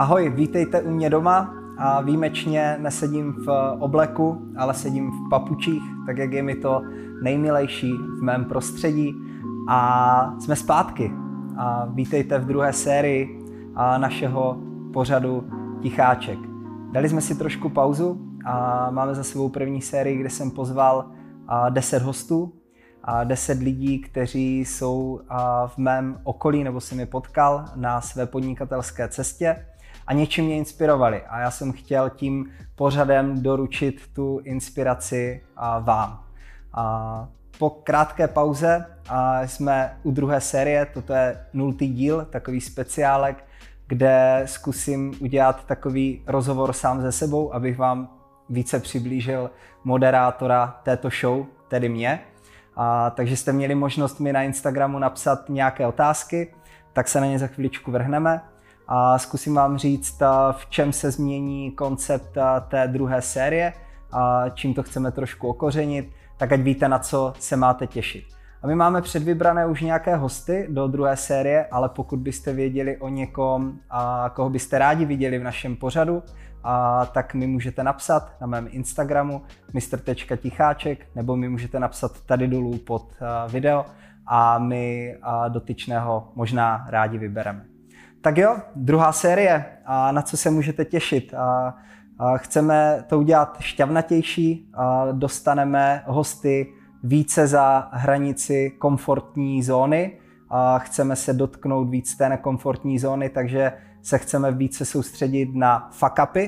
Ahoj, vítejte u mě doma a výjimečně nesedím v obleku, ale sedím v papučích, tak jak je mi to nejmilejší v mém prostředí a jsme zpátky. A vítejte v druhé sérii našeho pořadu Ticháček. Dali jsme si trošku pauzu a máme za sebou první sérii, kde jsem pozval 10 hostů, 10 lidí, kteří jsou v mém okolí nebo jsem je potkal na své podnikatelské cestě a něčím mě inspirovali. A já jsem chtěl tím pořadem doručit tu inspiraci vám. Po krátké pauze jsme u druhé série, toto je 0. díl, takový speciálek, kde zkusím udělat takový rozhovor sám se sebou, abych vám více přiblížil moderátora této show, tedy mě. Takže jste měli možnost mi na Instagramu napsat nějaké otázky, tak se na ně za chviličku vrhneme. A zkusím vám říct, v čem se změní koncept té druhé série, čím to chceme trošku okořenit, tak ať víte, na co se máte těšit. A my máme předvybrané už nějaké hosty do druhé série, ale pokud byste věděli o někom, koho byste rádi viděli v našem pořadu, tak mi můžete napsat na mém Instagramu mr.ticháček, nebo mi můžete napsat tady dolů pod video a my dotyčného možná rádi vybereme. Tak jo, druhá série, na co se můžete těšit. Chceme to udělat šťavnatější, dostaneme hosty více za hranici komfortní zóny. Chceme se dotknout víc té nekomfortní zóny, takže se chceme více soustředit na fuck-upy.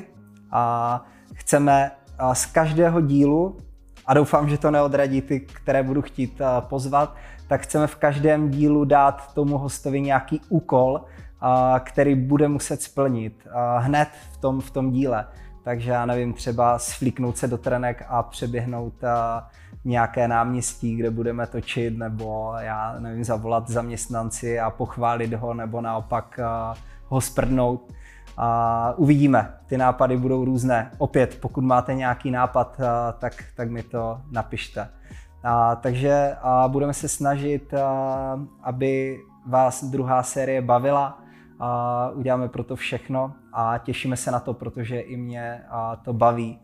Chceme z každého dílu, a doufám, že to neodradí ty, které budu chtít pozvat, tak chceme v každém dílu dát tomu hostovi nějaký úkol, který bude muset splnit hned v tom díle. Takže já nevím, třeba svlíknout se do trenek a přeběhnout nějaké náměstí, kde budeme točit, nebo já nevím, zavolat zaměstnanci a pochválit ho, nebo naopak ho sprdnout. Uvidíme, ty nápady budou různé. Opět, pokud máte nějaký nápad, tak mi to napište. Takže budeme se snažit, aby vás druhá série bavila. Uděláme pro to všechno a těšíme se na to, protože i mě to baví.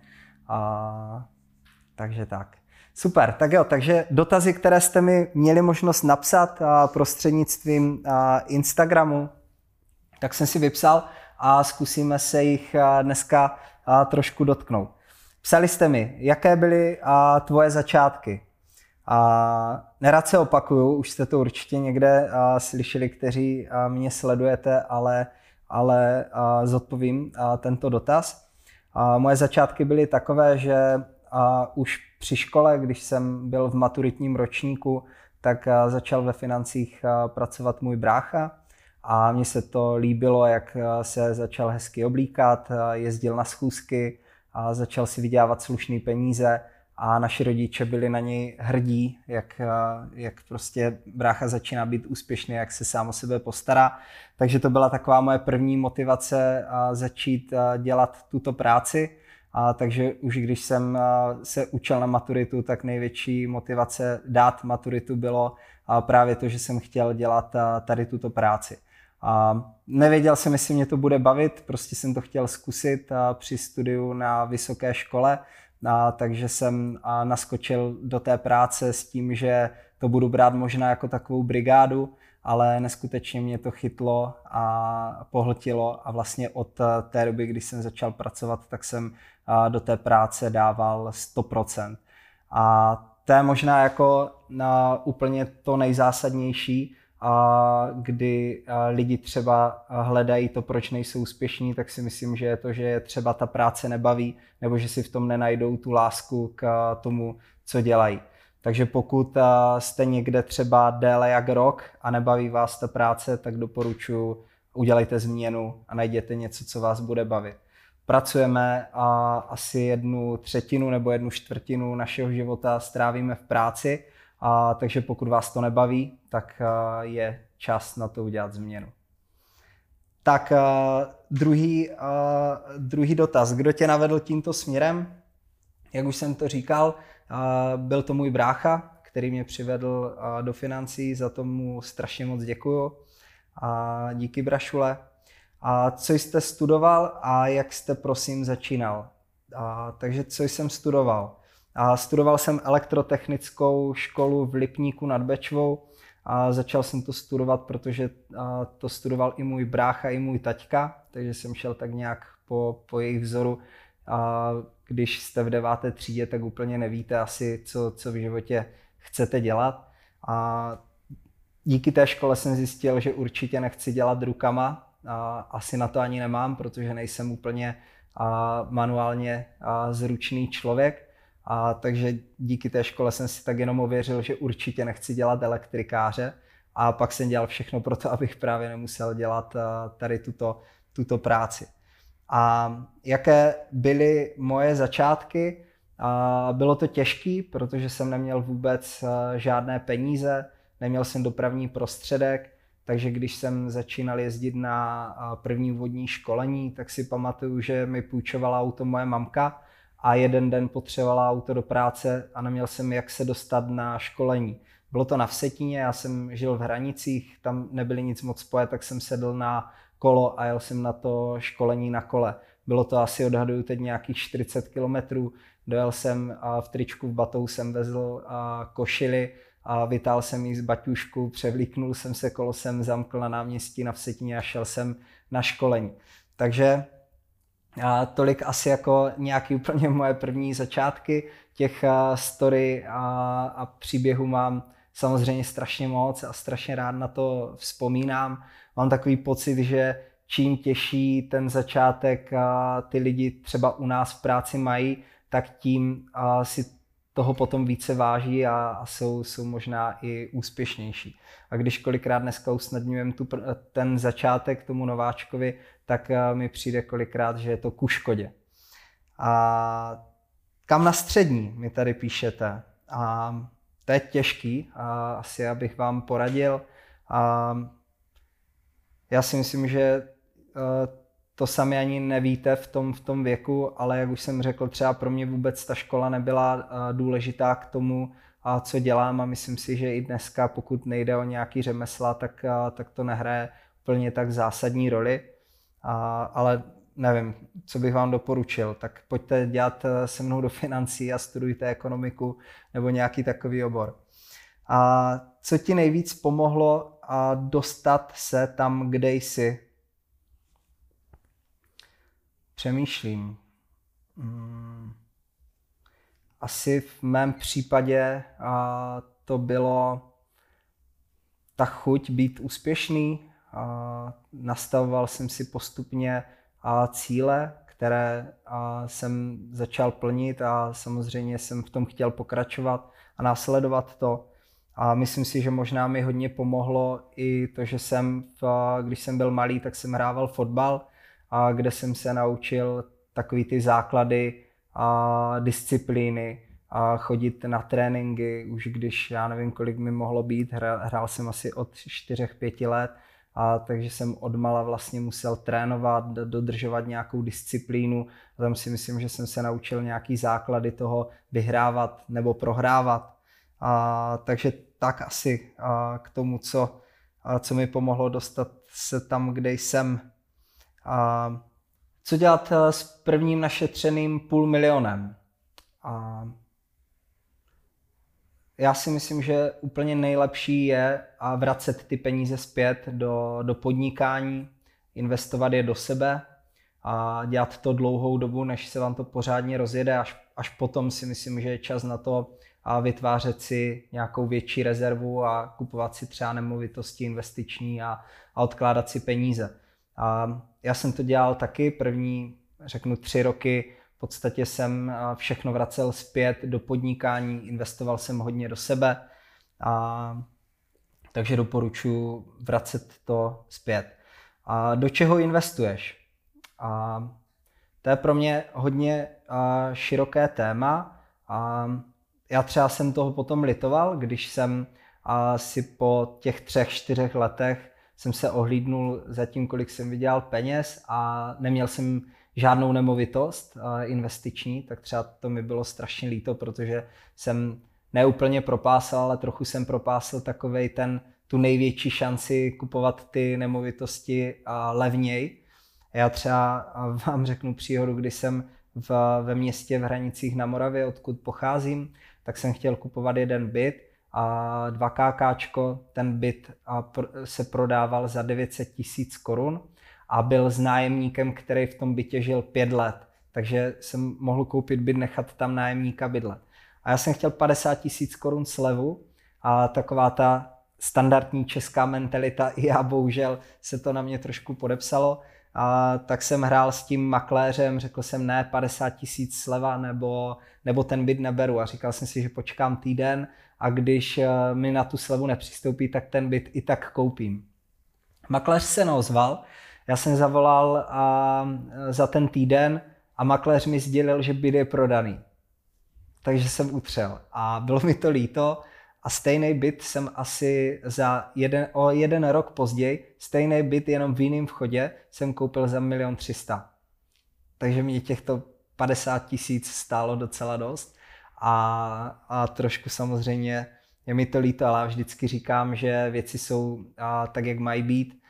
Takže tak. Super, tak jo, takže dotazy, které jste mi měli možnost napsat prostřednictvím Instagramu, tak jsem si vypsal a zkusíme se jich dneska trošku dotknout. Psali jste mi, jaké byly tvoje začátky? Nerad se opakuju, už jste to určitě někde slyšeli, kteří mě sledujete, ale zodpovím tento dotaz. Moje začátky byly takové, že už při škole, když jsem byl v maturitním ročníku, tak začal ve financích pracovat můj brácha a mně se to líbilo, jak se začal hezky oblíkat, jezdil na schůzky, začal si vydělávat slušné peníze. A naši rodiče byli na něj hrdí, jak prostě brácha začíná být úspěšný, jak se sám o sebe postará. Takže to byla taková moje první motivace začít dělat tuto práci. Takže už když jsem se učil na maturitu, tak největší motivace dát maturitu bylo právě to, že jsem chtěl dělat tady tuto práci. Nevěděl jsem, jestli mě to bude bavit, prostě jsem to chtěl zkusit při studiu na vysoké škole. Takže jsem naskočil do té práce s tím, že to budu brát možná jako takovou brigádu, ale neskutečně mě to chytlo a pohltilo a vlastně od té doby, kdy jsem začal pracovat, tak jsem do té práce dával 100%. A to je možná jako úplně to nejzásadnější, kdy lidi třeba hledají to, proč nejsou úspěšní, tak si myslím, že je to, že je třeba ta práce nebaví, nebo že si v tom nenajdou tu lásku k tomu, co dělají. Takže pokud jste někde třeba déle jak rok a nebaví vás ta práce, tak doporučuji, udělejte změnu a najděte něco, co vás bude bavit. Pracujeme a asi 1/3 nebo 1/4 našeho života strávíme v práci, takže pokud vás to nebaví, tak je čas na to udělat změnu. Tak druhý dotaz. Kdo tě navedl tímto směrem? Jak už jsem to říkal, byl to můj brácha, který mě přivedl do financí, za to mu strašně moc děkuju. Díky, brašule. A co jste studoval a jak jste prosím začínal? Takže co jsem studoval? Studoval jsem elektrotechnickou školu v Lipníku nad Bečvou. Začal jsem to studovat, protože to studoval i můj brácha, i můj taťka, takže jsem šel tak nějak po jejich vzoru. Když jste v 9. třídě, tak úplně nevíte asi, co v životě chcete dělat. A díky té škole jsem zjistil, že určitě nechci dělat rukama. Asi na to ani nemám, protože nejsem úplně manuálně zručný člověk. Takže díky té škole jsem si tak jenom ověřil, že určitě nechci dělat elektrikáře. A pak jsem dělal všechno pro to, abych právě nemusel dělat tady tuto práci. A jaké byly moje začátky? Bylo to těžké, protože jsem neměl vůbec žádné peníze, neměl jsem dopravní prostředek, takže když jsem začínal jezdit na první vodní školení, tak si pamatuju, že mi půjčovala auto moje mamka a jeden den potřebovala auto do práce a neměl jsem jak se dostat na školení. Bylo to na Vsetíně, já jsem žil v Hranicích, tam nebyly nic moc spoje, tak jsem sedl na kolo a jel jsem na to školení na kole. Bylo to asi, odhaduju teď, nějakých 40 kilometrů. Dojel jsem v tričku, v batou jsem vezl košili a vytáhl jsem ji z baťušku, převlíknul jsem se, kolo jsem zamkl na náměstí na Vsetíně a šel jsem na školení. Takže tolik asi jako nějaký úplně moje první začátky. Těch story a příběhů mám samozřejmě strašně moc a strašně rád na to vzpomínám. Mám takový pocit, že čím těžší ten začátek ty lidi třeba u nás v práci mají, tak tím si toho potom více váží a jsou možná i úspěšnější. A když kolikrát dneska usnadňujeme ten začátek tomu nováčkovi, tak mi přijde kolikrát, že je to ku škodě. A kam na střední mi tady píšete? To je těžký, asi abych vám poradil. Já si myslím, že to sami ani nevíte v tom věku, ale jak už jsem řekl, třeba pro mě vůbec ta škola nebyla důležitá k tomu, co dělám, a myslím si, že i dneska, pokud nejde o nějaký řemesla, tak to nehraje úplně tak zásadní roli. Ale nevím, co bych vám doporučil, tak pojďte dělat se mnou do financí a studujte ekonomiku nebo nějaký takový obor. A co ti nejvíc pomohlo dostat se tam, kde jsi? Přemýšlím. Asi v mém případě to bylo ta chuť být úspěšný. Nastavoval jsem si postupně cíle, které jsem začal plnit a samozřejmě jsem v tom chtěl pokračovat a následovat to. A myslím si, že možná mi hodně pomohlo i to, že když jsem byl malý, tak jsem hrával fotbal, kde jsem se naučil takový ty základy disciplíny, chodit na tréninky, už když já nevím, kolik mi mohlo být, hrál jsem asi od 4-5 let, takže jsem odmala vlastně musel trénovat, dodržovat nějakou disciplínu. A tam si myslím, že jsem se naučil nějaký základy toho vyhrávat nebo prohrávat. Takže tak asi k tomu, co mi pomohlo dostat se tam, kde jsem. Co dělat s prvním našetřeným 500 000? Já si myslím, že úplně nejlepší je vracet ty peníze zpět do podnikání, investovat je do sebe a dělat to dlouhou dobu, než se vám to pořádně rozjede. Až potom si myslím, že je čas na to vytvářet si nějakou větší rezervu a kupovat si třeba nemovitosti investiční a odkládat si peníze. Já jsem to dělal taky, první, řeknu 3 roky, v podstatě jsem všechno vracel zpět do podnikání, investoval jsem hodně do sebe, takže doporučuji vracet to zpět. Do čeho investuješ? To je pro mě hodně široké téma. Já třeba jsem toho potom litoval, když jsem si po těch 3-4 letech jsem se ohlídnul za tím, kolik jsem vydělal peněz a neměl jsem žádnou nemovitost investiční, tak třeba to mi bylo strašně líto, protože jsem neúplně propásal, ale trochu jsem propásl tu největší šanci kupovat ty nemovitosti levněji. Já třeba vám řeknu příhodu, kdy jsem ve městě v Hranicích na Moravě, odkud pocházím, tak jsem chtěl kupovat jeden byt a 2KK, ten byt se prodával za 900 000 korun a byl s nájemníkem, který v tom bytě žil 5 let. Takže jsem mohl koupit byt, nechat tam nájemníka bydlet. A já jsem chtěl 50 000 korun slevu a taková ta standardní česká mentalita, i já bohužel se to na mě trošku podepsalo. A tak jsem hrál s tím makléřem, řekl jsem ne, 50 000 sleva nebo ten byt neberu a říkal jsem si, že počkám týden a když mi na tu slevu nepřistoupí, tak ten byt i tak koupím. Makléř se neozval, já jsem zavolal za ten týden a makléř mi sdělil, že byt je prodaný. Takže jsem utřel a bylo mi to líto a stejný byt jsem asi o jeden rok později, stejný byt jenom v jiném vchodě jsem koupil za 1 300 000. Takže mě těchto 50 000 stálo docela dost a trošku samozřejmě je mi to líto, ale já vždycky říkám, že věci jsou tak, jak mají být,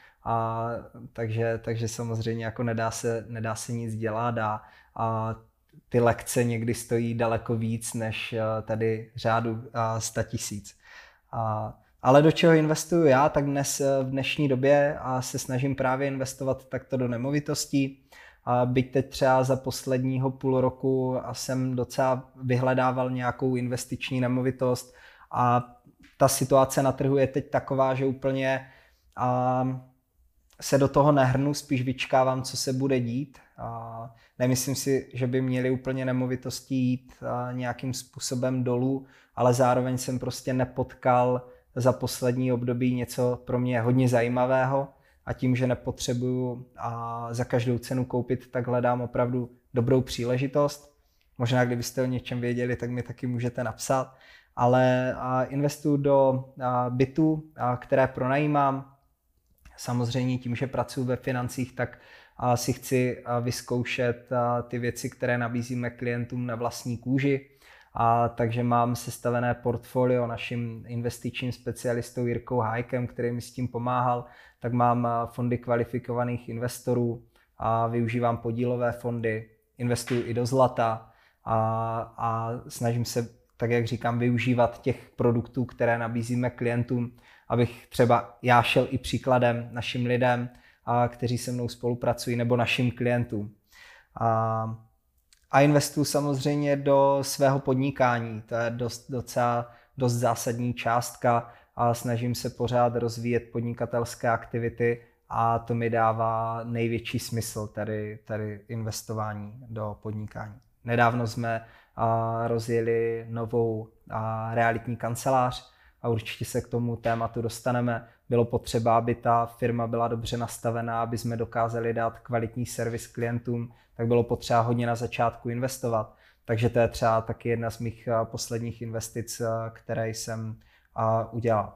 takže samozřejmě jako nedá se nic dělat a ty lekce někdy stojí daleko víc než tady řádu 100 000. Ale do čeho investuju já, tak v dnešní době se snažím právě investovat takto do nemovitostí. Byť teď třeba za posledního půl roku jsem docela vyhledával nějakou investiční nemovitost a ta situace na trhu je teď taková, že úplně se do toho nehrnu, spíš vyčkávám, co se bude dít. Nemyslím si, že by měly úplně nemovitosti jít nějakým způsobem dolů, ale zároveň jsem prostě nepotkal za poslední období něco pro mě hodně zajímavého a tím, že nepotřebuju za každou cenu koupit, tak hledám opravdu dobrou příležitost. Možná, kdybyste o něčem věděli, tak mi taky můžete napsat, ale investuju do bytů, které pronajímám. Samozřejmě tím, že pracuji ve financích, tak si chci vyzkoušet ty věci, které nabízíme klientům na vlastní kůži. Takže mám sestavené portfolio naším investičním specialistou Jirkou Hájkem, který mi s tím pomáhal. Tak mám fondy kvalifikovaných investorů, využívám podílové fondy, investuju i do zlata a snažím se, tak jak říkám, využívat těch produktů, které nabízíme klientům, abych třeba já šel i příkladem našim lidem, kteří se mnou spolupracují, nebo našim klientům. A investuju samozřejmě do svého podnikání, to je dost zásadní částka a snažím se pořád rozvíjet podnikatelské aktivity a to mi dává největší smysl, tady investování do podnikání. Nedávno jsme rozjeli novou realitní kancelář a určitě se k tomu tématu dostaneme. Bylo potřeba, aby ta firma byla dobře nastavená, aby jsme dokázali dát kvalitní servis klientům, tak bylo potřeba hodně na začátku investovat. Takže to je třeba taky jedna z mých posledních investic, které jsem udělal.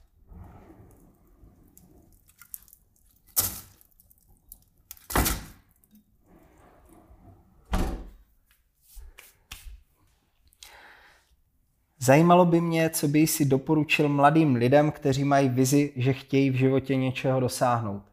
Zajímalo by mě, co by si doporučil mladým lidem, kteří mají vizi, že chtějí v životě něčeho dosáhnout.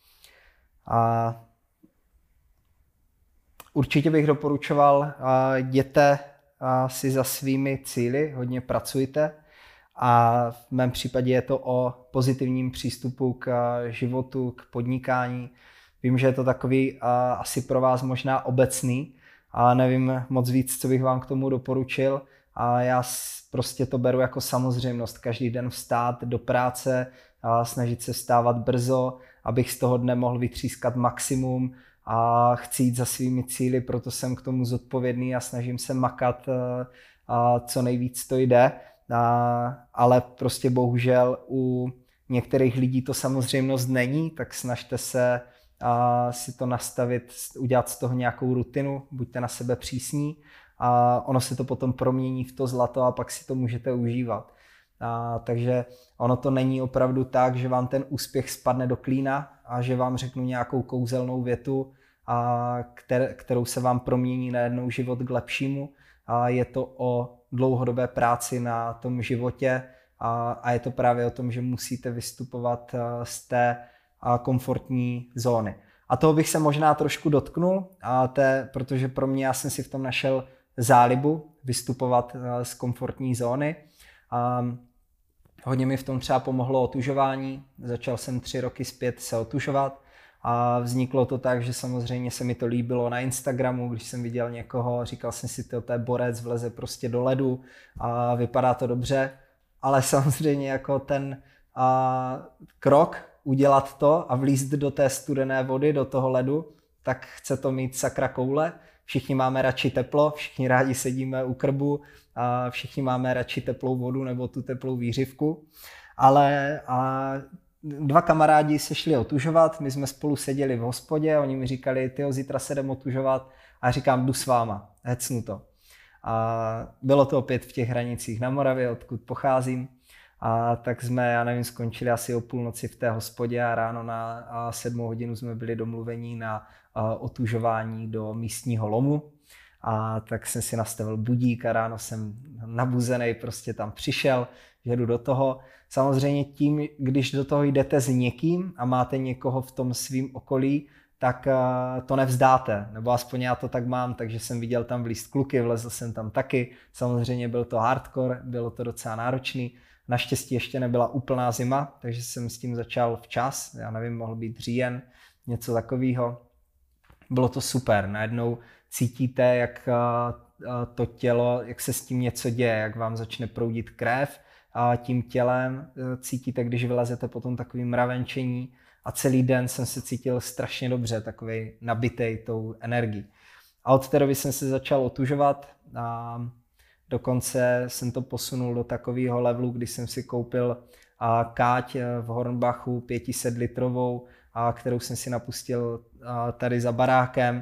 Určitě bych doporučoval, jděte si za svými cíli, hodně pracujte a v mém případě je to o pozitivním přístupu k životu, k podnikání. Vím, že je to takový asi pro vás možná obecný a nevím moc víc, co bych vám k tomu doporučil. A já prostě to beru jako samozřejmost. Každý den vstát do práce, snažit se vstávat brzo, abych z toho dne mohl vytřískat maximum a chci jít za svými cíli, proto jsem k tomu zodpovědný a snažím se makat, co nejvíc to jde. Ale prostě bohužel u některých lidí to samozřejmost není, tak snažte se si to nastavit, udělat z toho nějakou rutinu, buďte na sebe přísní. A ono se to potom promění v to zlato a pak si to můžete užívat. Takže ono to není opravdu tak, že vám ten úspěch spadne do klína a že vám řeknu nějakou kouzelnou větu, kterou se vám promění najednou život k lepšímu. Je to o dlouhodobé práci na tom životě a je to právě o tom, že musíte vystupovat z té komfortní zóny. A toho bych se možná trošku dotknul, protože pro mě já jsem si v tom našel zálibu vystupovat z komfortní zóny. Hodně mi v tom třeba pomohlo otužování. Začal jsem 3 roky zpět se otužovat a vzniklo to tak, že samozřejmě se mi to líbilo na Instagramu, když jsem viděl někoho, říkal jsem si, to je borec, vleze prostě do ledu a vypadá to dobře, ale samozřejmě jako ten krok udělat to a vlízt do té studené vody, do toho ledu, tak chce to mít sakra koule. Všichni máme radši teplo, všichni rádi sedíme u krbu, a všichni máme radši teplou vodu nebo tu teplou výřivku. Ale 2 kamarádi se šli otužovat, my jsme spolu seděli v hospodě, oni mi říkali, tyjo, zítra se jdem otužovat a já říkám, jdu s váma, hecnu to. A bylo to opět v těch hranicích na Moravě, odkud pocházím. A tak jsme, já nevím, skončili asi o půlnoci v té hospodě a ráno na 7 hodinu jsme byli domluvení na otužování do místního lomu. A tak jsem si nastavil budík a ráno jsem nabuzený prostě tam přišel, že jdu do toho. Samozřejmě tím, když do toho jdete s někým a máte někoho v tom svým okolí, tak to nevzdáte, nebo aspoň já to tak mám, takže jsem viděl tam vlízt kluky, vlezl jsem tam taky. Samozřejmě byl to hardcore, bylo to docela náročný. Naštěstí ještě nebyla úplná zima, takže jsem s tím začal včas, já nevím, mohl být říjen, něco takového. Bylo to super, najednou cítíte, jak to tělo, jak se s tím něco děje, jak vám začne proudit krev a tím tělem cítíte, když vylezete po tom takovým mravenčení a celý den jsem se cítil strašně dobře, takový nabitej tou energií. A od té doby jsem se začal otužovat a dokonce jsem to posunul do takového levelu, kdy jsem si koupil káť v Hornbachu 500 litrovou, kterou jsem si napustil tady za barákem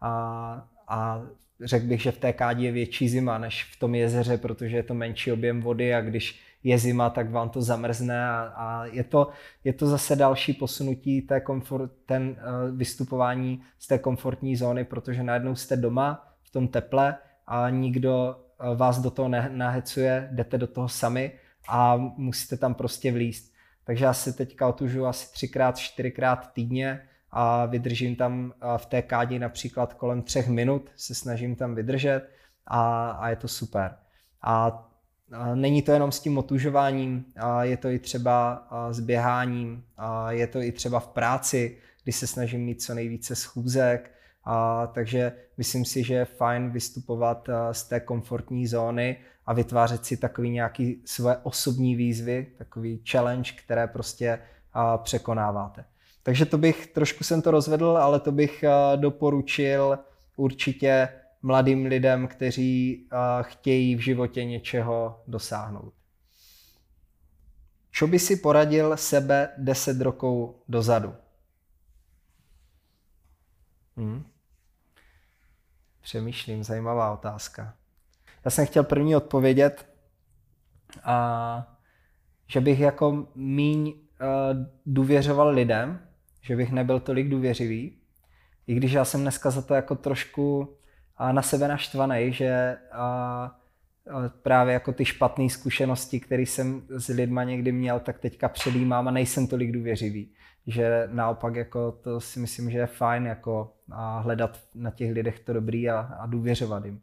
a řekl bych, že v té kádi je větší zima než v tom jezeře, protože je to menší objem vody a když je zima, tak vám to zamrzne a je to zase další posunutí vystupování z té komfortní zóny, protože najednou jste doma v tom teple a nikdo vás do toho nahecuje, jdete do toho sami a musíte tam prostě vlízt. Takže já si teďka otužuji asi 3x, 4x týdně a vydržím tam v té kádi například kolem 3 minut, se snažím tam vydržet a je to super. A není to jenom s tím otužováním, je to i třeba s běháním, je to i třeba v práci, kdy se snažím mít co nejvíce schůzek, takže myslím si, že je fajn vystupovat z té komfortní zóny a vytvářet si takový nějaký své osobní výzvy, takový challenge, které prostě překonáváte. Takže trošku jsem to rozvedl, ale to bych doporučil určitě mladým lidem, kteří chtějí v životě něčeho dosáhnout. Čo by si poradil sebe 10 rokov dozadu? Přemýšlím, zajímavá otázka. Já jsem chtěl první odpovědět, že bych jako míň důvěřoval lidem, že bych nebyl tolik důvěřivý, i když já jsem dneska za to jako trošku na sebe naštvaný, že právě jako ty špatné zkušenosti, které jsem s lidma někdy měl, tak teďka předjímám a nejsem tolik důvěřivý. Že naopak jako to si myslím, že je fajn jako hledat na těch lidech to dobrý a důvěřovat jim.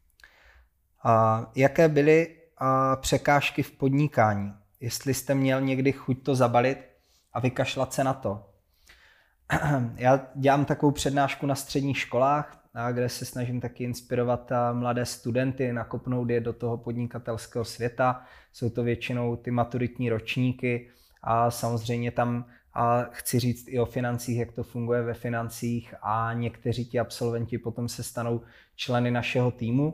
Jaké byly překážky v podnikání? Jestli jste měl někdy chuť to zabalit a vykašlat se na to. Já dělám takovou přednášku na středních školách, kde se snažím taky inspirovat mladé studenty, nakopnout je do toho podnikatelského světa. Jsou to většinou ty maturitní ročníky a samozřejmě tam chci říct i o financích, jak to funguje ve financích a někteří ti absolventi potom se stanou členy našeho týmu.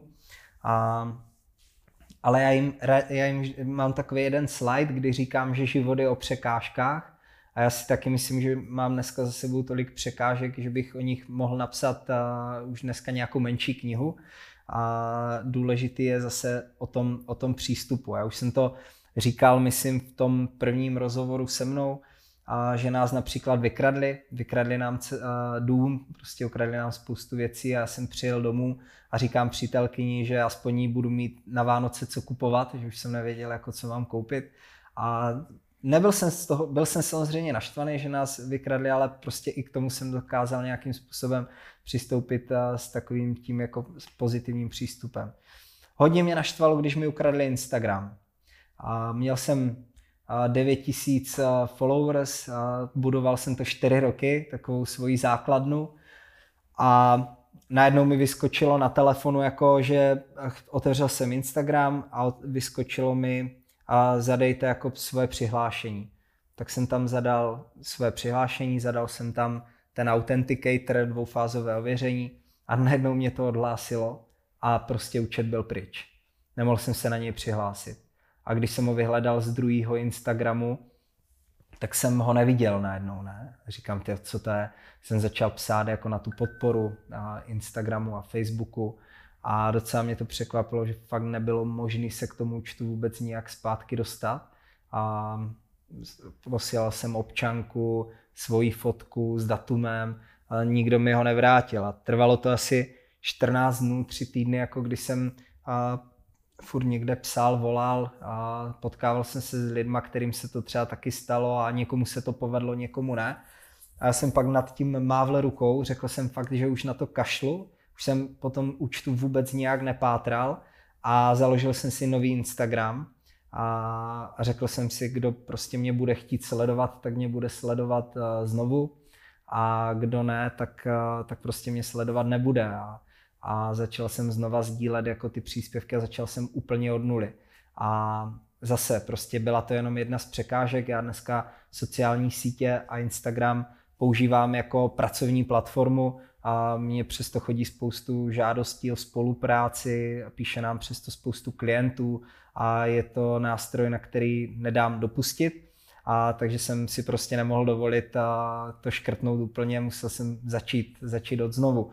Ale já jim mám takový jeden slide, kdy říkám, že život je o překážkách a já si taky myslím, že mám dneska za sebou tolik překážek, že bych o nich mohl napsat už dneska nějakou menší knihu a důležitý je zase o tom přístupu. Já už jsem to říkal, myslím, v tom prvním rozhovoru se mnou, že nás například vykradli nám dům, prostě ukradli nám spoustu věcí a já jsem přijel domů a říkám přítelkyni, že aspoň jí budu mít na Vánoce co kupovat, že už jsem nevěděl, jako co mám koupit a byl jsem samozřejmě naštvaný, že nás vykradli, ale prostě i k tomu jsem dokázal nějakým způsobem přistoupit s takovým tím jako pozitivním přístupem. Hodně mě naštvalo, když mi ukradli Instagram. Měl jsem 9000 followers, budoval jsem to 4 roky, takovou svoji základnu a najednou mi vyskočilo na telefonu, jako že otevřel jsem Instagram a vyskočilo mi zadejte jako svoje přihlášení. Tak jsem tam zadal svoje přihlášení, zadal jsem tam ten authenticator, dvoufázové ověření a najednou mě to odhlásilo a prostě účet byl pryč. Nemohl jsem se na něj přihlásit. A když jsem ho vyhledal z druhého Instagramu, tak jsem ho neviděl najednou, ne? Říkám, co to je? Jsem začal psát jako na tu podporu na Instagramu a Facebooku a docela mě to překvapilo, že fakt nebylo možné se k tomu účtu vůbec nějak zpátky dostat. A posílal jsem občanku, svoji fotku s datumem, ale nikdo mi ho nevrátil. A trvalo to asi 14 dnů, 3 týdny, jako když jsem furt někde psal, volal a potkával jsem se s lidma, kterým se to třeba taky stalo a někomu se to povedlo, někomu ne. A já jsem pak nad tím mávl rukou, řekl jsem fakt, že už na to kašlu, už jsem po tom účtu vůbec nějak nepátral a založil jsem si nový Instagram a řekl jsem si, kdo prostě mě bude chtít sledovat, tak mě bude sledovat znovu a kdo ne, tak prostě mě sledovat nebude. A začal jsem znova sdílet jako ty příspěvky a začal jsem úplně od nuly. A zase prostě byla to jenom jedna z překážek. Já dneska sociální sítě a Instagram používám jako pracovní platformu a mně přesto chodí spoustu žádostí o spolupráci, píše nám přesto spoustu klientů a je to nástroj, na který nedám dopustit. Takže jsem si prostě nemohl dovolit to škrtnout úplně, musel jsem začít od znovu.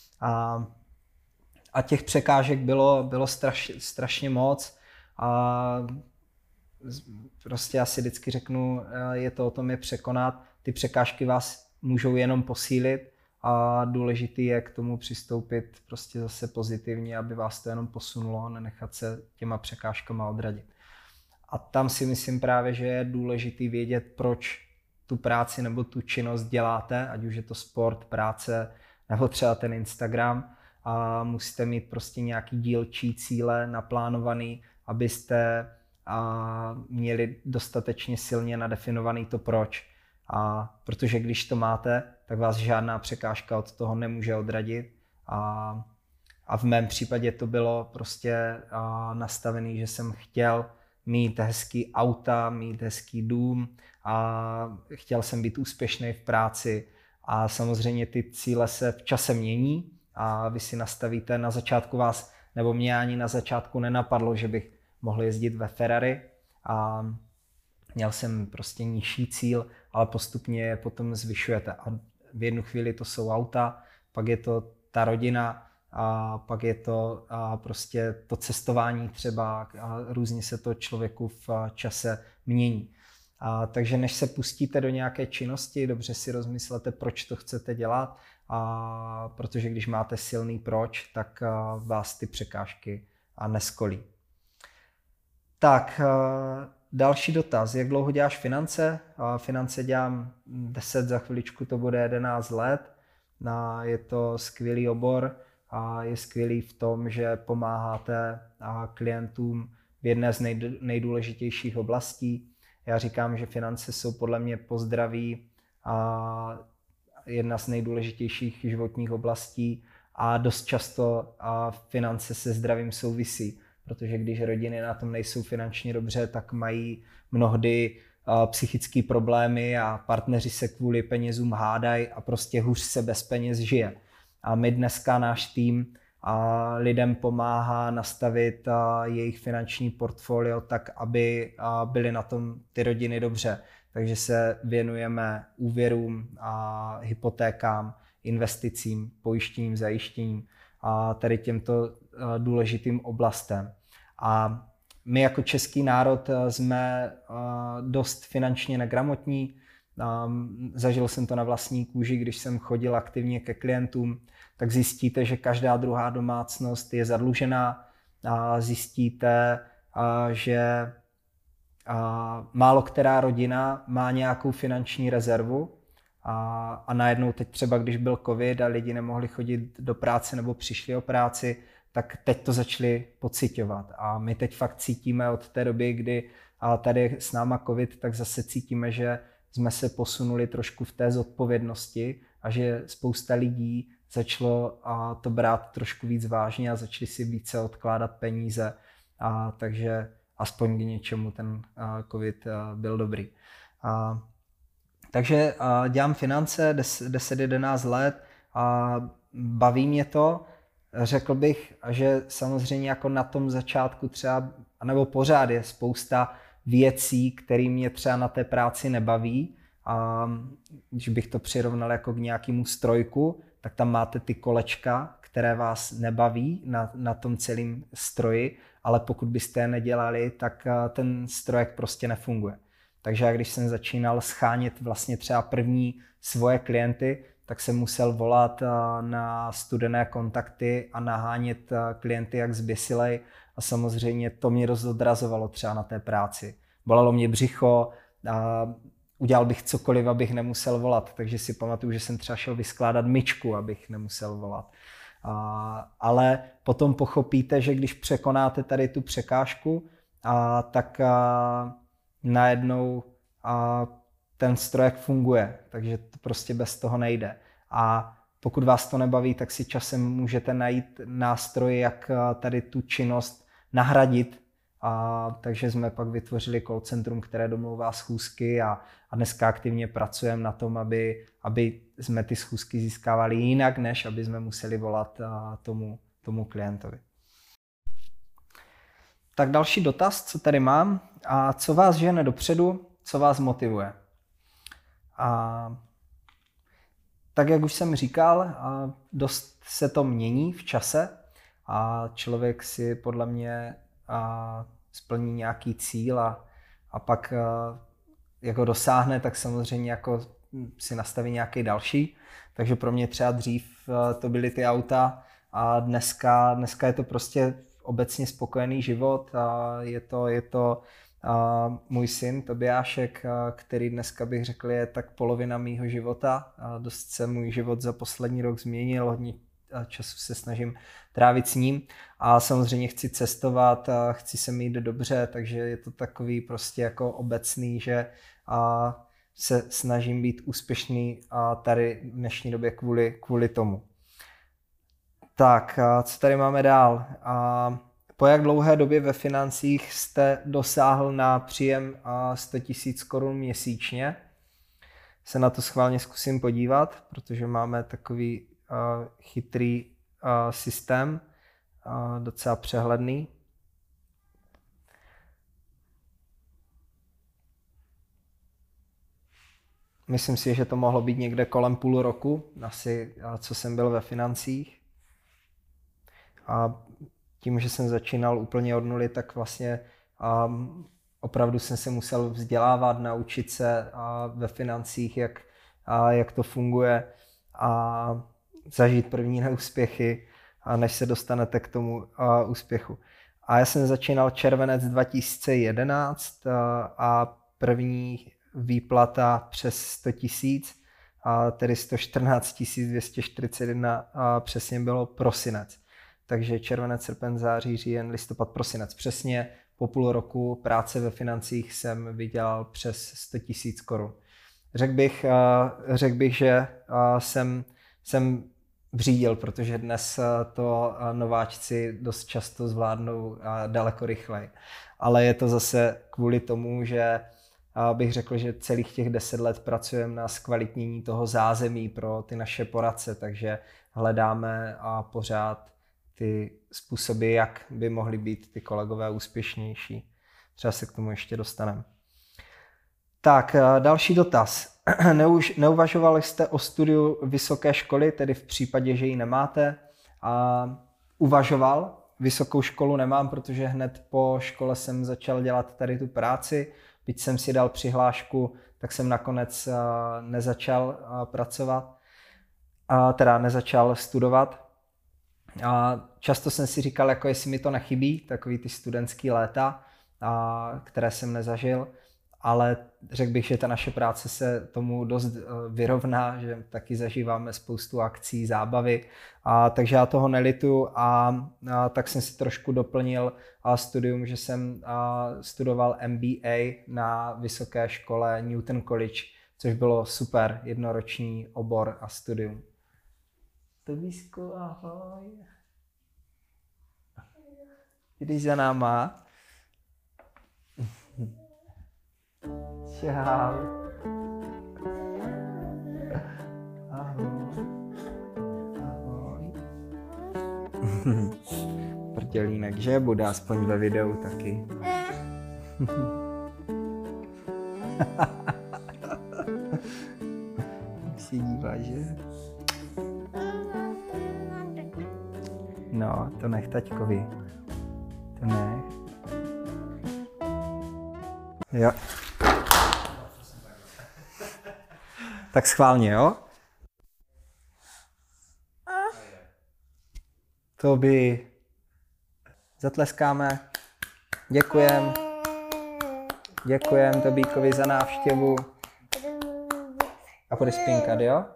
A těch překážek bylo strašně moc a prostě já si vždycky řeknu, je to o tom je překonat. Ty překážky vás můžou jenom posílit a důležitý je k tomu přistoupit prostě zase pozitivně, aby vás to jenom posunulo, nenechat se těma překážkama odradit. A tam si myslím právě, že je důležitý vědět, proč tu práci nebo tu činnost děláte, ať už je to sport, práce nebo třeba ten Instagram. A musíte mít prostě nějaký dílčí cíle naplánovaný, abyste měli dostatečně silně nadefinovaný to proč. Protože když to máte, tak vás žádná překážka od toho nemůže odradit. A v mém případě to bylo prostě nastavené, že jsem chtěl mít hezký auta, mít hezký dům a chtěl jsem být úspěšný v práci. A samozřejmě ty cíle se v čase mění. A vy si nastavíte na začátku vás, nebo mě ani na začátku nenapadlo, že bych mohl jezdit ve Ferrari a měl jsem prostě nižší cíl, ale postupně je potom zvyšujete. A v jednu chvíli to jsou auta, pak je to ta rodina a pak je to prostě to cestování třeba a různě se to člověku v čase mění. Takže než se pustíte do nějaké činnosti, dobře si rozmyslete, proč to chcete dělat, protože když máte silný proč, tak vás ty překážky neskolí. Tak, další dotaz. Jak dlouho děláš finance? Finance dělám 10, za chviličku to bude 11 let. Je to skvělý obor a je skvělý v tom, že pomáháte klientům v jedné z nejdůležitějších oblastí. Já říkám, že finance jsou podle mě po zdraví jedna z nejdůležitějších životních oblastí a dost často finance se zdravím souvisí, protože když rodiny na tom nejsou finančně dobře, tak mají mnohdy psychické problémy a partneři se kvůli penězům hádají a prostě hůř se bez peněz žije. A my dneska náš tým lidem pomáhá nastavit jejich finanční portfolio tak, aby byly na tom ty rodiny dobře. Takže se věnujeme úvěrům, hypotékám, investicím, pojištěním, zajištěním a tady těmto důležitým oblastem. A my jako český národ jsme dost finančně negramotní. Zažil jsem to na vlastní kůži, když jsem chodil aktivně ke klientům, tak zjistíte, že každá druhá domácnost je zadlužená. Zjistíte, že málo která rodina má nějakou finanční rezervu a najednou teď třeba, když byl covid a lidi nemohli chodit do práce nebo přišli o práci, tak teď to začali pociťovat. A my teď fakt cítíme od té doby, kdy tady s náma covid, tak zase cítíme, že jsme se posunuli trošku v té zodpovědnosti a že spousta lidí začalo to brát trošku víc vážně a začali si více odkládat peníze. Takže aspoň k něčemu ten covid byl dobrý. Takže dělám finance 10-11 let a baví mě to. Řekl bych, že samozřejmě jako na tom začátku třeba, nebo pořád je spousta věcí, které mě třeba na té práci nebaví. A když bych to přirovnal jako k nějakému strojku, tak tam máte ty kolečka, které vás nebaví na tom celém stroji, ale pokud byste je nedělali, tak ten strojek prostě nefunguje. Takže já když jsem začínal schánět vlastně třeba první svoje klienty, tak jsem musel volat na studené kontakty a nahánět klienty jak zběsilej a samozřejmě to mě dost odrazovalo třeba na té práci. Bolelo mě břicho, udělal bych cokoliv, abych nemusel volat, takže si pamatuju, že jsem třeba šel vyskládat myčku, abych nemusel volat. Ale potom pochopíte, že když překonáte tady tu překážku, tak najednou ten strojek funguje, takže to prostě bez toho nejde. A pokud vás to nebaví, tak si časem můžete najít nástroj, jak tady tu činnost nahradit. Takže jsme pak vytvořili call centrum, které domlouvá schůzky a dneska aktivně pracujeme na tom, aby jsme ty schůzky získávali jinak, než aby jsme museli volat tomu klientovi. Tak další dotaz, co tady mám. A co vás žene dopředu, co vás motivuje? Tak jak už jsem říkal, dost se to mění v čase a člověk si podle mě splní nějaký cíl a pak jak ho dosáhne, tak samozřejmě jako si nastaví nějaký další. Takže pro mě třeba dřív to byly ty auta a dneska je to prostě obecně spokojený život a je to můj syn Tobiášek, který dneska bych řekl je tak polovina mýho života. Dost se můj život za poslední rok změnil, hodně času se snažím trávit s ním a samozřejmě chci cestovat, chci se mít dobře, takže je to takový prostě jako obecný, že se snažím být úspěšný tady v dnešní době kvůli tomu. Tak, co tady máme dál? Po jak dlouhé době ve financích jste dosáhl na příjem 100 000 korun měsíčně? Se na to schválně zkusím podívat, protože máme takový chytrý systém, docela přehledný. Myslím si, že to mohlo být někde kolem půl roku, asi co jsem byl ve financích. A tím, že jsem začínal úplně od nuly, tak vlastně opravdu jsem se musel vzdělávat, naučit se ve financích, jak to funguje a zažít první neúspěchy, než se dostanete k tomu úspěchu. A já jsem začínal červenec 2011 a první výplata přes 100 000, tedy 114 241 přesně bylo prosinec. Takže červenec, srpen, září, říjen, listopad, prosinec. Přesně po půl roku práce ve financích jsem vydělal přes 100 000 korun. Řekl bych, že jsem vřídil, protože dnes to nováčci dost často zvládnou daleko rychleji. Ale je to zase kvůli tomu, že bych řekl, že celých těch 10 let pracujeme na zkvalitnění toho zázemí pro ty naše poradce, takže hledáme pořád ty způsoby, jak by mohly být ty kolegové úspěšnější. Třeba se k tomu ještě dostaneme. Tak, další dotaz. Neuvažovali jste o studiu vysoké školy, tedy v případě, že ji nemáte? Uvažoval. Vysokou školu nemám, protože hned po škole jsem začal dělat tady tu práci. Byť jsem si dal přihlášku, tak jsem nakonec nezačal pracovat, teda nezačal studovat. Často jsem si říkal, jako jestli mi to nechybí, takový ty studentský léta, které jsem nezažil, ale řekl bych, že ta naše práce se tomu dost vyrovná, že taky zažíváme spoustu akcí, zábavy, takže já toho nelituju a tak jsem si trošku doplnil studium, že jsem studoval MBA na vysoké škole Newton College, což bylo super, jednoroční obor a studium. Tobísko, ahoj. Jdeš za náma? Čau. Ahoj. Ahoj. Prdělínek, že? Bude aspoň ve videu taky. Si dívá, že? No, to nech taťkovi. To nech. Jo. Tak schválně, jo? Toby. Zatleskáme. Děkujem. Děkujem Tobíkovi za návštěvu. A půjdeš spinkat, jo?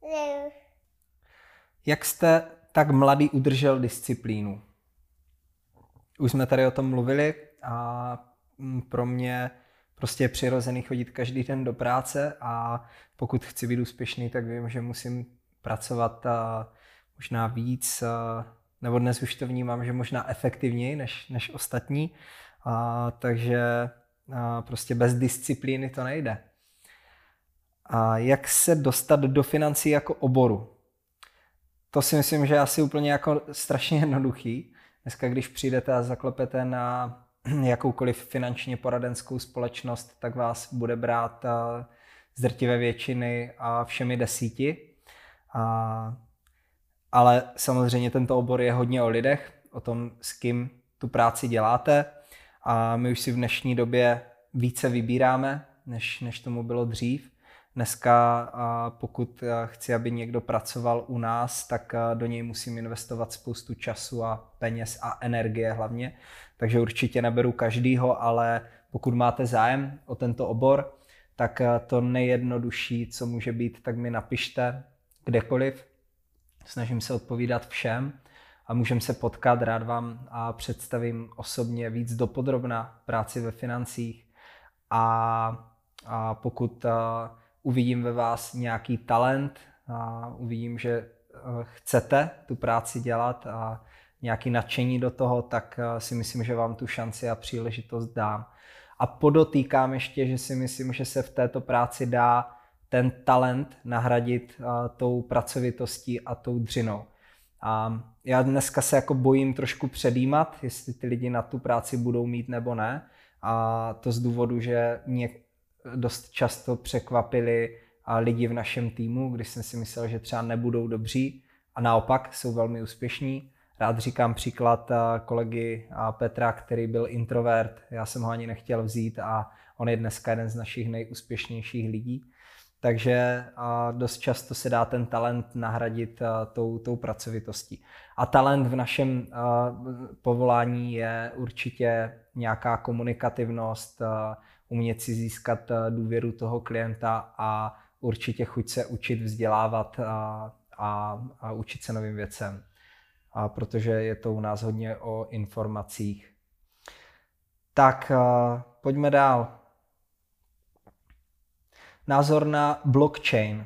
Jak jste tak mladý udržel disciplínu? Už jsme tady o tom mluvili a pro mě prostě je přirozený chodit každý den do práce a pokud chci být úspěšný, tak vím, že musím pracovat možná víc, nebo dnes už to vnímám, že možná efektivněji než ostatní, takže prostě bez disciplíny to nejde. A jak se dostat do financí jako oboru? To si myslím, že je asi úplně jako strašně jednoduchý. Dneska, když přijdete a zaklepete na jakoukoliv finančně poradenskou společnost, tak vás bude brát z drtivé většiny a všemi 10. Ale samozřejmě tento obor je hodně o lidech, o tom, s kým tu práci děláte. A my už si v dnešní době více vybíráme, než tomu bylo dřív. Dneska, pokud chci, aby někdo pracoval u nás, tak do něj musím investovat spoustu času a peněz a energie hlavně. Takže určitě neberu každýho, ale pokud máte zájem o tento obor, tak to nejjednodušší, co může být, tak mi napište kdekoliv. Snažím se odpovídat všem a můžeme se potkat, rád vám představím osobně víc dopodrobna práci ve financích a pokud uvidím ve vás nějaký talent a uvidím, že chcete tu práci dělat a nějaké nadšení do toho, tak si myslím, že vám tu šanci a příležitost dám. A podotýkám ještě, že si myslím, že se v této práci dá ten talent nahradit tou pracovitostí a tou dřinou. A já dneska se jako bojím trošku předjímat, jestli ty lidi na tu práci budou mít nebo ne. A to z důvodu, že mě dost často překvapili lidi v našem týmu, když jsem si myslel, že třeba nebudou dobří a naopak jsou velmi úspěšní. Rád říkám příklad kolegy Petra, který byl introvert, já jsem ho ani nechtěl vzít a on je dneska jeden z našich nejúspěšnějších lidí. Takže dost často se dá ten talent nahradit tou pracovitostí. A talent v našem povolání je určitě nějaká komunikativnost, umět si získat důvěru toho klienta a určitě chuť se učit, vzdělávat a učit se novým věcem. Protože je to u nás hodně o informacích. Tak pojďme dál. Názor na blockchain.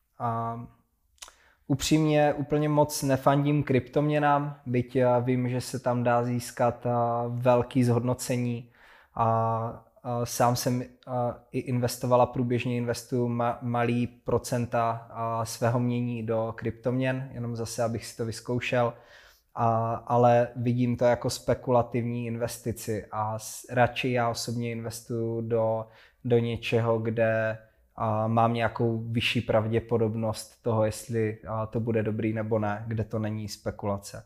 Upřímně úplně moc nefandím kryptoměnám, byť vím, že se tam dá získat velký zhodnocení. Sám jsem i investoval a průběžně investuju malý procenta svého mění do kryptoměn, jenom zase, abych si to vyzkoušel. Ale vidím to jako spekulativní investici a radši já osobně investuju do něčeho, kde mám nějakou vyšší pravděpodobnost toho, jestli to bude dobrý nebo ne, kde to není spekulace.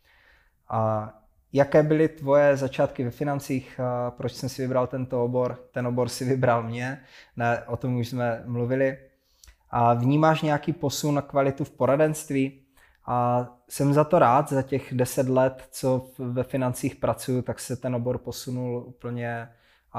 Jaké byly tvoje začátky ve financích? Proč jsem si vybral tento obor? Ten obor si vybral mě, ne, o tom už jsme mluvili. Vnímáš nějaký posun na kvalitu v poradenství? A jsem za to rád, za těch 10 let, co ve financích pracuju, tak se ten obor posunul úplně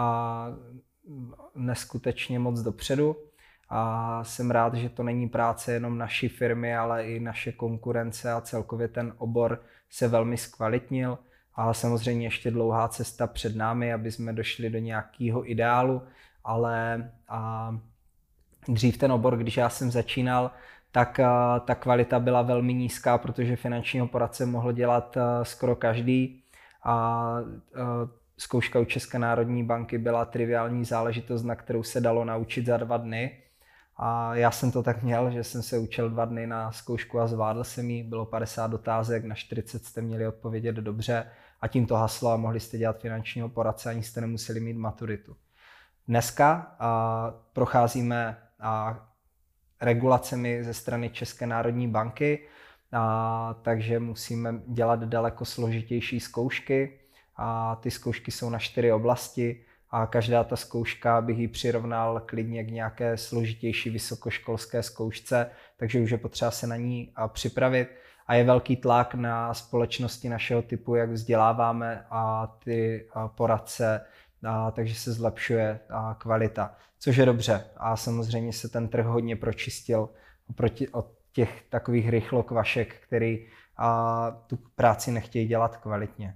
neskutečně moc dopředu. A jsem rád, že to není práce jenom naší firmy, ale i naše konkurence a celkově ten obor se velmi zkvalitnil. A samozřejmě ještě dlouhá cesta před námi, aby jsme došli do nějakého ideálu, ale dřív ten obor, když já jsem začínal, tak ta kvalita byla velmi nízká, protože finančního poradce mohl dělat skoro každý a zkouška u České národní banky byla triviální záležitost, na kterou se dalo naučit za 2 dny. A já jsem to tak měl, že jsem se učil 2 dny na zkoušku a zvládl jsem ji. Bylo 50 otázek, na 40 jste měli odpovědět dobře a tím to haslo a mohli jste dělat finančního poradce, ani jste nemuseli mít maturitu. Dneska procházíme regulacemi ze strany České národní banky, takže musíme dělat daleko složitější zkoušky. A ty zkoušky jsou na 4 oblasti a každá ta zkouška bych ji přirovnal klidně k nějaké složitější vysokoškolské zkoušce, takže už je potřeba se na ní připravit. A je velký tlak na společnosti našeho typu, jak vzděláváme ty poradce, takže se zlepšuje kvalita, což je dobře. A samozřejmě se ten trh hodně pročistil od těch takových rychlokvašek, který tu práci nechtějí dělat kvalitně.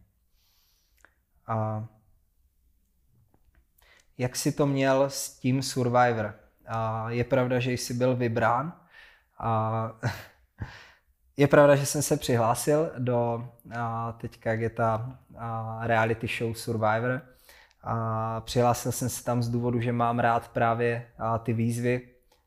Jak jsi to měl s tím Survivor? Je pravda, že jsi byl vybrán. Je pravda, že jsem se přihlásil do teďka, jak je ta reality show Survivor. Přihlásil jsem se tam z důvodu, že mám rád právě ty výzvy.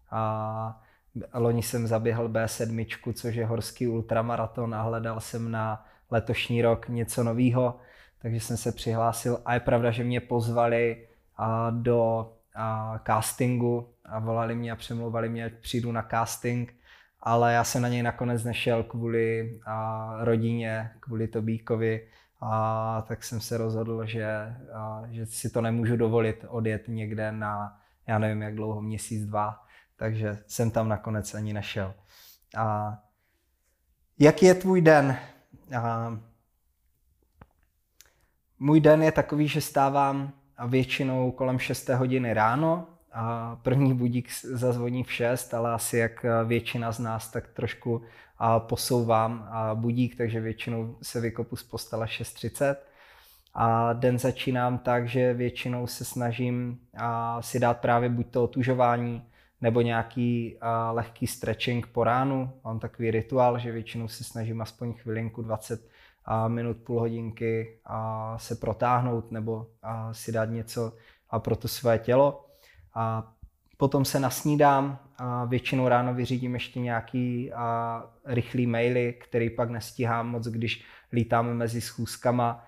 Loni jsem zaběhl B7, což je horský ultramaraton a hledal jsem na letošní rok něco nového. Takže jsem se přihlásil a je pravda, že mě pozvali do castingu a volali mě a přemlouvali mě, ať přijdu na casting, ale já jsem na něj nakonec nešel kvůli rodině, kvůli Tobíkovi, tak jsem se rozhodl, že si to nemůžu dovolit odjet někde na, já nevím jak dlouho, měsíc, 2, takže jsem tam nakonec ani nešel. Jaký je tvůj den? Můj den je takový, že stávám většinou kolem 6 hodiny ráno. První budík zazvoní v 6, ale asi jak většina z nás, tak trošku posouvám budík, takže většinou se vykopu z postele 6:30. A den začínám tak, že většinou se snažím si dát právě buď to otužování, nebo nějaký lehký stretching po ránu. Mám takový rituál, že většinou se snažím aspoň chvilinku, 20 minut, půl hodinky se protáhnout nebo si dát něco pro to své tělo. Potom se nasnídám, většinou ráno vyřídím ještě nějaký rychlý maily, který pak nestíhám moc, když lítáme mezi schůzkama.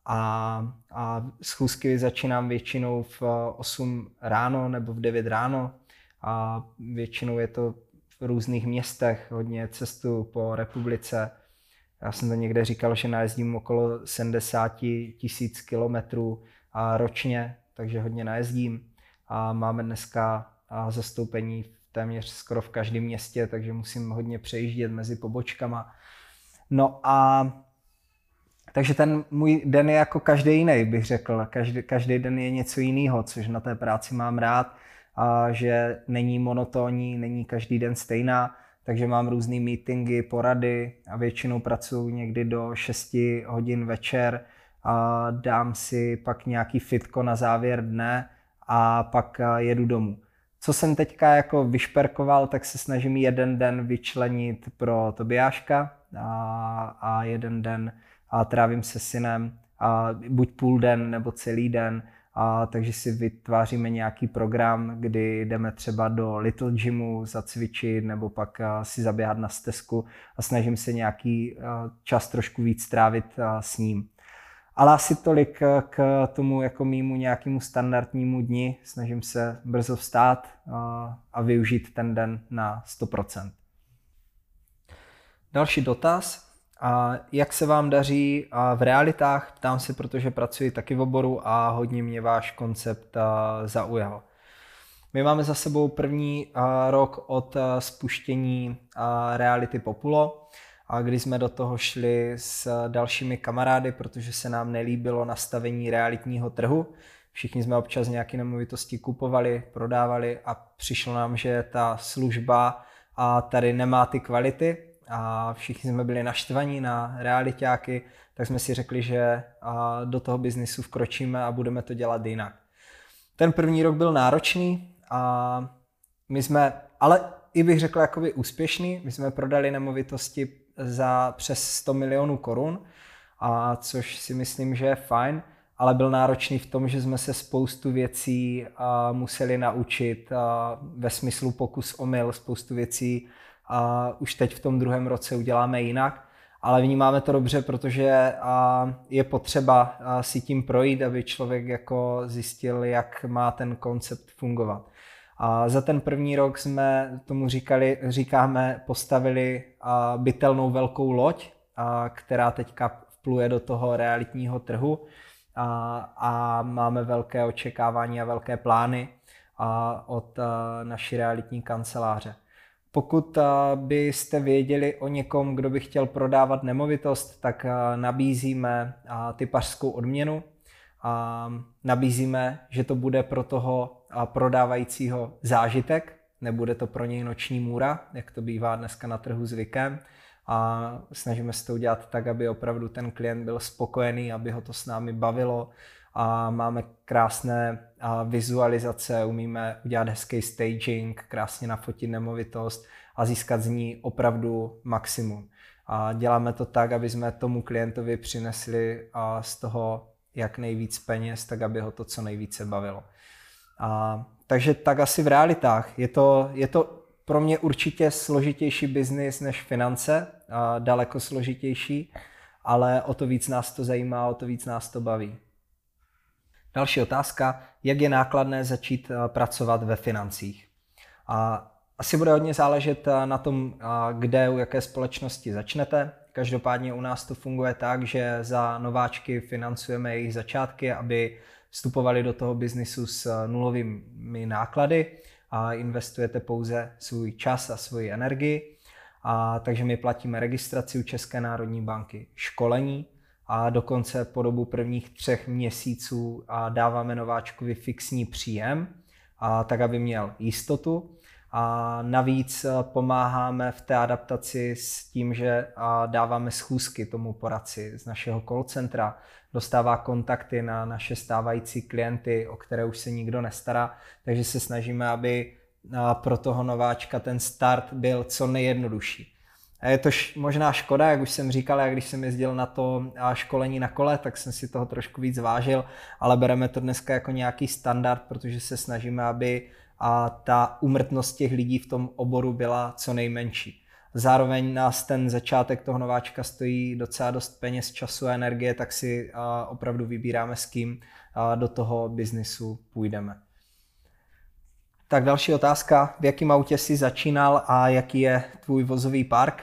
A schůzky začínám většinou v 8 ráno nebo v 9 ráno. A většinou je to v různých městech, hodně cestu po republice. Já jsem to někde říkal, že najezdím okolo 70 000 kilometrů ročně, takže hodně najezdím. A máme dneska zastoupení téměř skoro v každém městě, takže musím hodně přejíždět mezi pobočkama. No a takže ten můj den je jako každý jiný, bych řekl. Každý den je něco jiného, což na té práci mám rád. A že není monotónní, není každý den stejná, takže mám různý meetingy, porady a většinou pracuji někdy do 6 hodin večer a dám si pak nějaký fitko na závěr dne a pak jedu domů. Co jsem teďka jako vyšperkoval, tak se snažím jeden den vyčlenit pro Tobiáška a jeden den trávím se synem, buď půl den nebo celý den. Takže si vytváříme nějaký program, kdy jdeme třeba do Little Gymu zacvičit nebo pak si zaběhat na stezku a snažím se nějaký čas trošku víc strávit s ním. Ale asi tolik k tomu jako mýmu nějakému standardnímu dni. Snažím se brzo vstát a využít ten den na 100%. Další dotaz. Jak se vám daří v realitách? Ptám se, protože pracuji taky v oboru a hodně mě váš koncept zaujal. My máme za sebou první rok od spuštění reality Populo a kdy jsme do toho šli s dalšími kamarády, protože se nám nelíbilo nastavení realitního trhu. Všichni jsme občas nějaké nemovitosti kupovali, prodávali a přišlo nám, že ta služba a tady nemá ty kvality a všichni jsme byli naštvaní na realitáky, tak jsme si řekli, že do toho biznisu vkročíme a budeme to dělat jinak. Ten první rok byl náročný a my jsme, ale i bych řekl jakoby úspěšný, my jsme prodali nemovitosti za přes 100 milionů korun, což si myslím, že je fajn, ale byl náročný v tom, že jsme se spoustu věcí museli naučit ve smyslu pokus omyl, spoustu věcí už teď v tom druhém roce uděláme jinak, ale vnímáme to dobře, protože je potřeba si tím projít, aby člověk jako zjistil, jak má ten koncept fungovat. A za ten první rok jsme tomu říkáme, postavili bytelnou velkou loď, která teďka vpluje do toho realitního trhu a máme velké očekávání a velké plány od naší realitní kanceláře. Pokud byste věděli o někom, kdo by chtěl prodávat nemovitost, tak nabízíme typařskou odměnu. Nabízíme, že to bude pro toho prodávajícího zážitek, nebude to pro něj noční můra, jak to bývá dneska na trhu zvykem. A snažíme se to udělat tak, aby opravdu ten klient byl spokojený, aby ho to s námi bavilo. A máme krásné vizualizace, umíme udělat hezký staging, krásně nafotit nemovitost a získat z ní opravdu maximum. A děláme to tak, aby jsme tomu klientovi přinesli z toho jak nejvíc peněz, tak aby ho to co nejvíce bavilo. Takže tak asi v realitách. Je to pro mě určitě složitější biznis než finance, daleko složitější, ale o to víc nás to zajímá, o to víc nás to baví. Další otázka, jak je nákladné začít pracovat ve financích? Asi bude hodně záležet na tom, kde, u jaké společnosti začnete. Každopádně u nás to funguje tak, že za nováčky financujeme jejich začátky, aby vstupovali do toho biznisu s nulovými náklady a investujete pouze svůj čas a svoji energii. Takže my platíme registraci u České národní banky, školení a dokonce po dobu prvních 3 měsíců dáváme nováčkovi fixní příjem, tak aby měl jistotu. A navíc pomáháme v té adaptaci s tím, že dáváme schůzky tomu poradci z našeho call centra, dostává kontakty na naše stávající klienty, o které už se nikdo nestará, takže se snažíme, aby pro toho nováčka ten start byl co nejjednodušší. A je to možná škoda, jak už jsem říkal, jak když jsem jezdil na to školení na kole, tak jsem si toho trošku víc vážil, ale bereme to dneska jako nějaký standard, protože se snažíme, aby ta úmrtnost těch lidí v tom oboru byla co nejmenší. Zároveň nás ten začátek toho nováčka stojí docela dost peněz, času a energie, tak si opravdu vybíráme, s kým do toho biznisu půjdeme. Tak další otázka, v jakém autě jsi začínal a jaký je tvůj vozový park?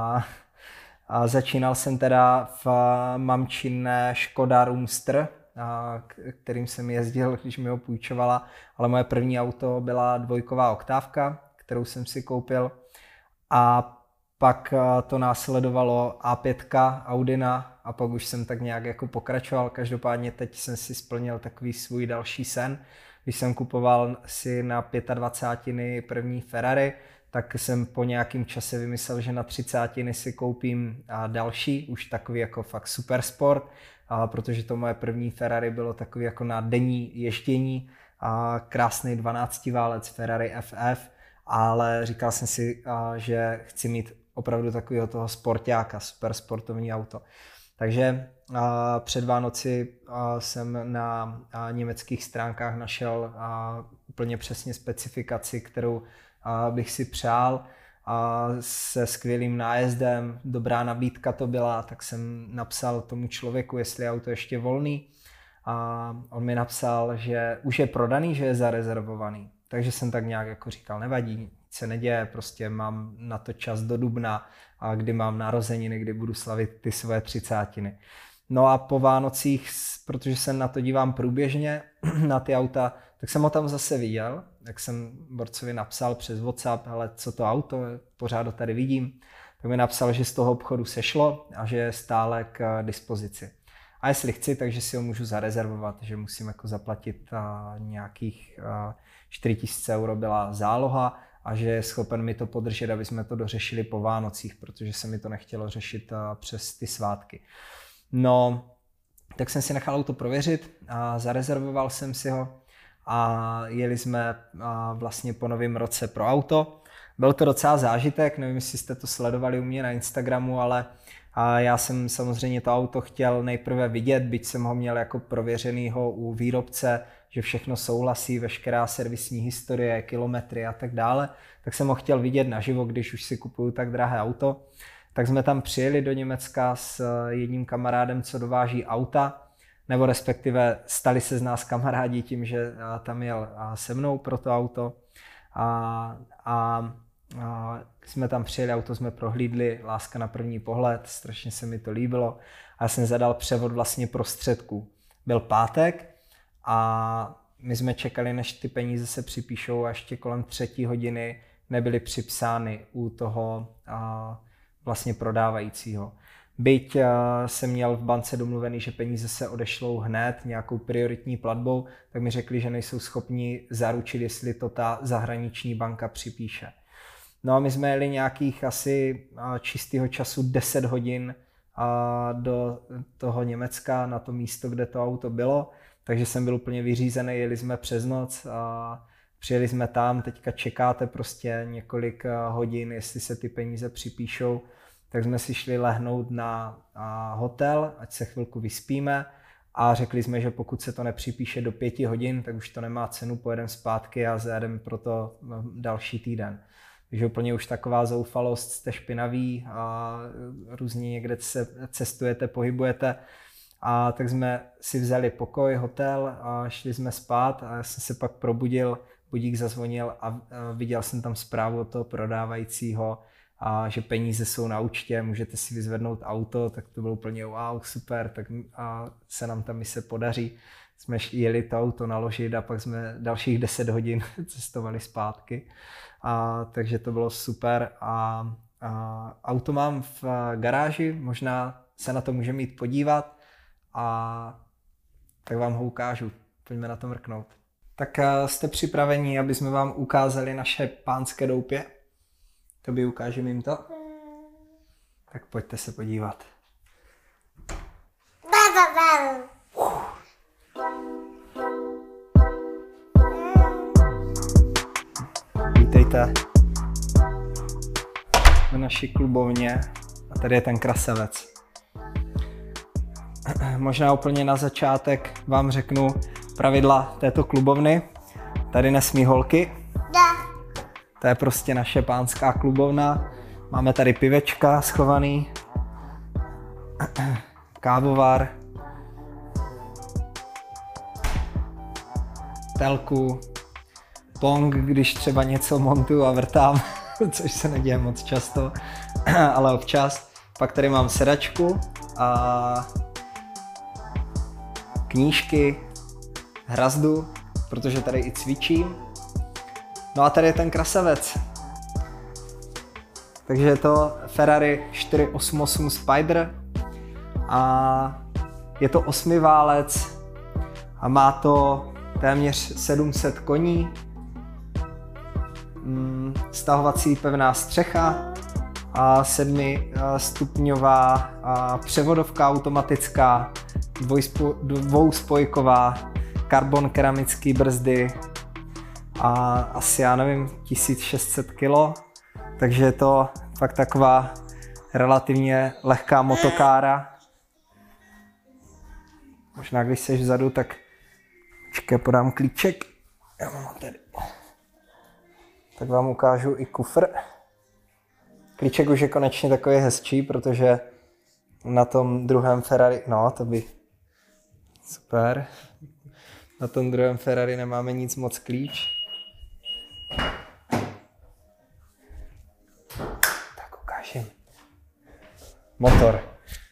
Začínal jsem teda v mamčiné Škoda Roomster, kterým jsem jezdil, když mi ho půjčovala, ale moje první auto byla 2 oktávka, kterou jsem si koupil a pak to následovalo A5 Audina a pak už jsem tak nějak jako pokračoval. Každopádně teď jsem si splnil takový svůj další sen. Když jsem kupoval si na 25. první Ferrari, tak jsem po nějakém čase vymyslel, že na 30. si koupím další, už takový jako fakt super sport, protože to moje první Ferrari bylo takový jako na denní ježdění, krásný 12 válec Ferrari FF, ale říkal jsem si, že chci mít opravdu takového toho sportáka, super sportovní auto. Takže před Vánoci jsem na německých stránkách našel úplně přesně specifikaci, kterou bych si přál, se skvělým nájezdem, dobrá nabídka to byla, tak jsem napsal tomu člověku, jestli je auto ještě volný. A on mi napsal, že už je prodaný, že je zarezervovaný. Takže jsem tak nějak jako říkal, nevadí, nic se neděje, prostě mám na to čas do dubna, a kdy mám narozeniny, kdy budu slavit ty svoje 30. No a po Vánocích, protože se na to dívám průběžně, na ty auta, tak jsem ho tam zase viděl, tak jsem borcovi napsal přes WhatsApp, ale co to auto, pořád ho tady vidím. tak mi napsal, že z toho obchodu sešlo a že je stále k dispozici. A jestli chci, takže si ho můžu zarezervovat, že musím jako zaplatit nějakých 4000 € byla záloha a že je schopen mi to podržet, aby jsme to dořešili po Vánocích, protože se mi to nechtělo řešit přes ty svátky. No, tak jsem si nechal auto prověřit a zarezervoval jsem si ho a jeli jsme vlastně po novém roce pro auto. Byl to docela zážitek, nevím, jestli jste to sledovali u mě na Instagramu, ale já jsem samozřejmě to auto chtěl nejprve vidět, byť jsem ho měl jako prověřenýho u výrobce, že všechno souhlasí, veškerá servisní historie, kilometry a tak dále, tak jsem ho chtěl vidět naživo, když už si kupuju tak drahé auto. Tak jsme tam přijeli do Německa s jedním kamarádem, co dováží auta, nebo respektive stali se z nás kamarádi tím, že tam jel se mnou pro to auto. A jsme tam přijeli, auto jsme prohlídli, láska na první pohled, strašně se mi to líbilo. A já jsem zadal převod vlastně prostředků. Byl pátek a my jsme čekali, než ty peníze se připíšou a ještě kolem 3. hodiny nebyly připsány u toho vlastně prodávajícího. Byť jsem měl v bance domluvený, že peníze se odešlou hned nějakou prioritní platbou, tak mi řekli, že nejsou schopni zaručit, jestli to ta zahraniční banka připíše. No a my jsme jeli nějakých asi čistého času 10 hodin do toho Německa, na to místo, kde to auto bylo, takže jsem byl úplně vyřízený, jeli jsme přes noc a přijeli jsme tam, teďka čekáte prostě několik hodin, jestli se ty peníze připíšou, tak jsme si šli lehnout na hotel, ať se chvilku vyspíme a řekli jsme, že pokud se to nepřipíše do 5 hodin, tak už to nemá cenu, pojedeme zpátky a zajedeme pro to další týden. Takže úplně už taková zoufalost, jste špinaví a různě někde se cestujete, pohybujete. A tak jsme si vzali pokoj, hotel a šli jsme spát a já jsem se pak probudil, budík zazvonil a viděl jsem tam zprávu od toho prodávajícího, a že peníze jsou na účtě, můžete si vyzvednout auto, tak to bylo úplně wow, super, tak se nám ta mise podaří. Jsme jeli to auto naložit a pak jsme dalších 10 hodin cestovali zpátky. Takže to bylo super a auto mám v garáži, možná se na to můžeme jít podívat a tak vám ho ukážu. Pojďme na to mrknout. Tak jste připraveni, aby jsme vám ukázali naše pánské doupě? Tobě ukážem jim to? Tak pojďte se podívat. Vítejte v naší klubovně a tady je ten krasavec. Možná úplně na začátek vám řeknu pravidla této klubovny. Tady nesmí holky. To je prostě naše pánská klubovna. Máme tady pivečka schovaný, kávovar, telku, pong, když třeba něco montuju a vrtám, což se neděje moc často, ale občas. Pak tady mám sedačku a knížky, hrazdu, protože tady i cvičím. No a tady je ten krasavec. Takže je to Ferrari 488 Spider a je to 8válec a má to téměř 700 koní, stahovací pevná střecha a 7stupňová převodovka automatická, dvouspojková, karbon keramický brzdy a asi, já nevím, 1600 kg, takže je to fakt taková relativně lehká motokára. Možná když jsi vzadu, tak počkej, podám klíček. Já mám ho tady. Tak vám ukážu i kufr. Klíček už je konečně takový hezčí, protože na tom druhém Ferrari, no to by super. Na tom druhém Ferrari nemáme nic moc klíč. Tak ukážem. Motor.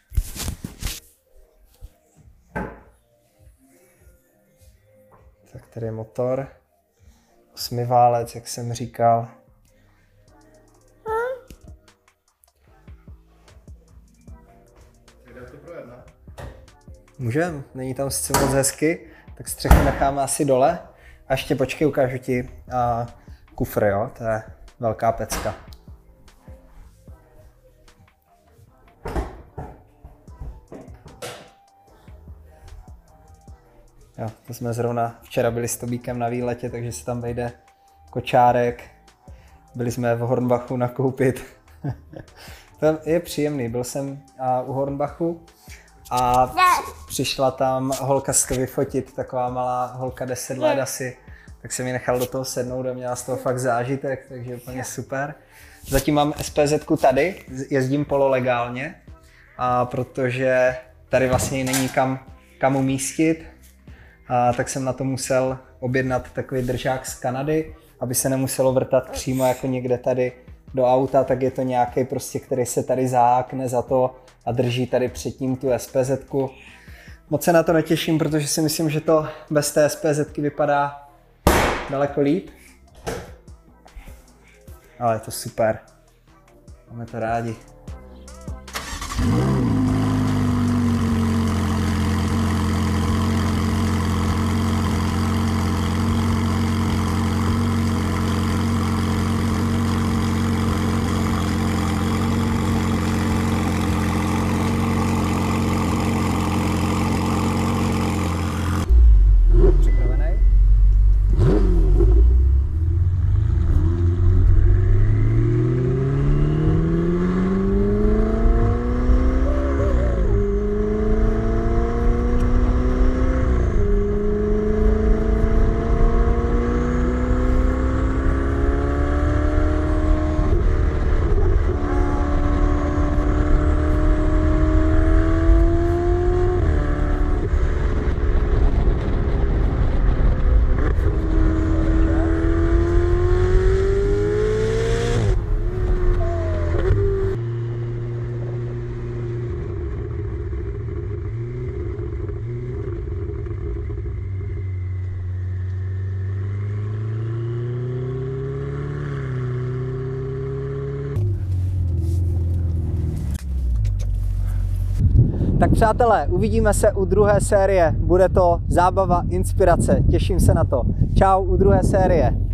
Tak tady je motor. 8válec, jak jsem říkal. Můžem, není tam sice moc hezky, tak střechu necháme asi dole. A ještě počkej, ukážu ti kufr, jo, to je velká pecka. Jo, to jsme zrovna včera byli s Tobíkem na výletě, takže se tam vejde kočárek. Byli jsme v Hornbachu nakoupit. To je příjemný, byl jsem u Hornbachu a přišla tam holka si to vyfotit, taková malá holka 10 let asi, tak jsem mi nechal do toho sednout a měla z toho fakt zážitek, takže úplně super. Zatím mám SPZ-ku tady, jezdím pololegálně, protože tady vlastně není kam umístit, tak jsem na to musel objednat takový držák z Kanady, aby se nemuselo vrtat přímo jako někde tady do auta, tak je to nějaký prostě, který se tady zahákne za to a drží tady před ním tu SPZ-ku. Moc se na to netěším, protože si myslím, že to bez té SPZ-ky vypadá daleko líp. Ale je to super. Máme to rádi. Tak přátelé, uvidíme se u druhé série. Bude to zábava, inspirace. Těším se na to. Čau u druhé série.